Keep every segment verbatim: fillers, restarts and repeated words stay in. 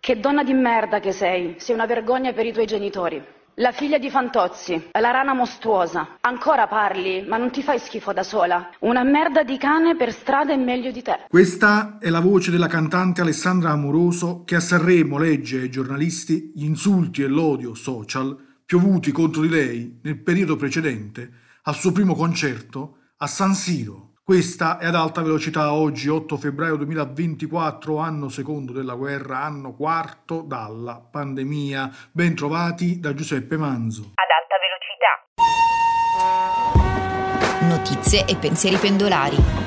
Che donna di merda che sei, sei una vergogna per i tuoi genitori. La figlia di Fantozzi, la rana mostruosa. Ancora parli, ma non ti fai schifo da sola. Una merda di cane per strada è meglio di te. Questa è la voce della cantante Alessandra Amoroso che a Sanremo legge ai giornalisti gli insulti e l'odio social piovuti contro di lei nel periodo precedente al suo primo concerto a San Siro. Questa è Ad alta velocità, oggi otto febbraio duemilaventiquattro, anno secondo della guerra, anno quarto dalla pandemia. Ben trovati da Giuseppe Manzo. Ad alta velocità. Notizie e pensieri pendolari.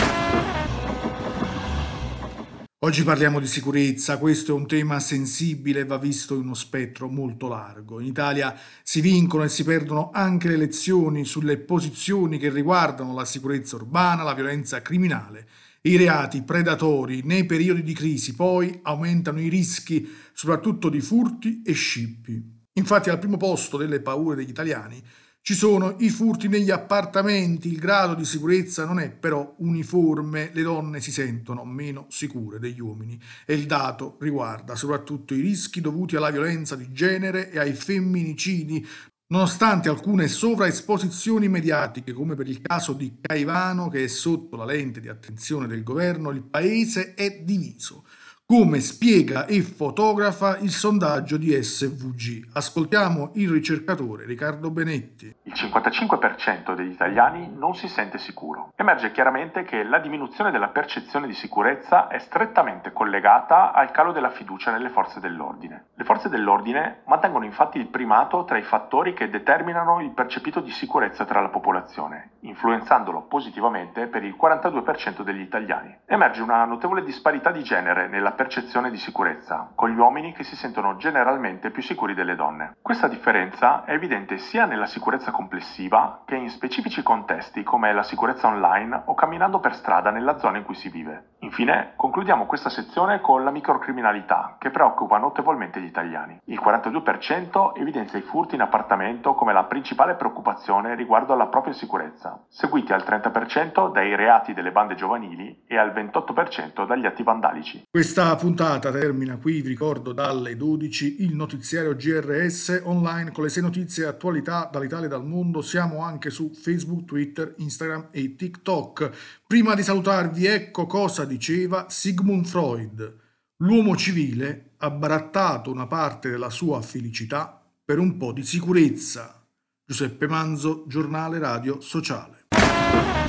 Oggi parliamo di sicurezza, questo è un tema sensibile e va visto in uno spettro molto largo. In Italia si vincono e si perdono anche le elezioni sulle posizioni che riguardano la sicurezza urbana, la violenza criminale e i reati predatori. Nei periodi di crisi poi aumentano i rischi, soprattutto di furti e scippi. Infatti al primo posto delle paure degli italiani ci sono i furti negli appartamenti. Il grado di sicurezza non è però uniforme, le donne si sentono meno sicure degli uomini e il dato riguarda soprattutto i rischi dovuti alla violenza di genere e ai femminicidi, nonostante alcune sovraesposizioni mediatiche, come per il caso di Caivano che è sotto la lente di attenzione del governo. Il paese è diviso, come spiega e fotografa il sondaggio di S V G. Ascoltiamo il ricercatore Riccardo Benetti. Il cinquantacinque per cento degli italiani non si sente sicuro. Emerge chiaramente che la diminuzione della percezione di sicurezza è strettamente collegata al calo della fiducia nelle forze dell'ordine. Le forze dell'ordine mantengono infatti il primato tra i fattori che determinano il percepito di sicurezza tra la popolazione, influenzandolo positivamente per il quarantadue per cento degli italiani. Emerge una notevole disparità di genere nella percezione di sicurezza, con gli uomini che si sentono generalmente più sicuri delle donne. Questa differenza è evidente sia nella sicurezza complessiva che in specifici contesti come la sicurezza online o camminando per strada nella zona in cui si vive. Infine, concludiamo questa sezione con la microcriminalità, che preoccupa notevolmente gli italiani. Il quarantadue per cento evidenzia i furti in appartamento come la principale preoccupazione riguardo alla propria sicurezza, seguiti al trenta per cento dai reati delle bande giovanili e al ventotto per cento dagli atti vandalici. Questa puntata termina qui, vi ricordo dalle dodici il notiziario G R S online con le sei notizie e attualità dall'Italia e dal mondo. Siamo anche su Facebook, Twitter, Instagram e TikTok. Prima di salutarvi, ecco cosa diceva Sigmund Freud: l'uomo civile ha barattato una parte della sua felicità per un po' di sicurezza. Giuseppe Manzo, giornale radio sociale.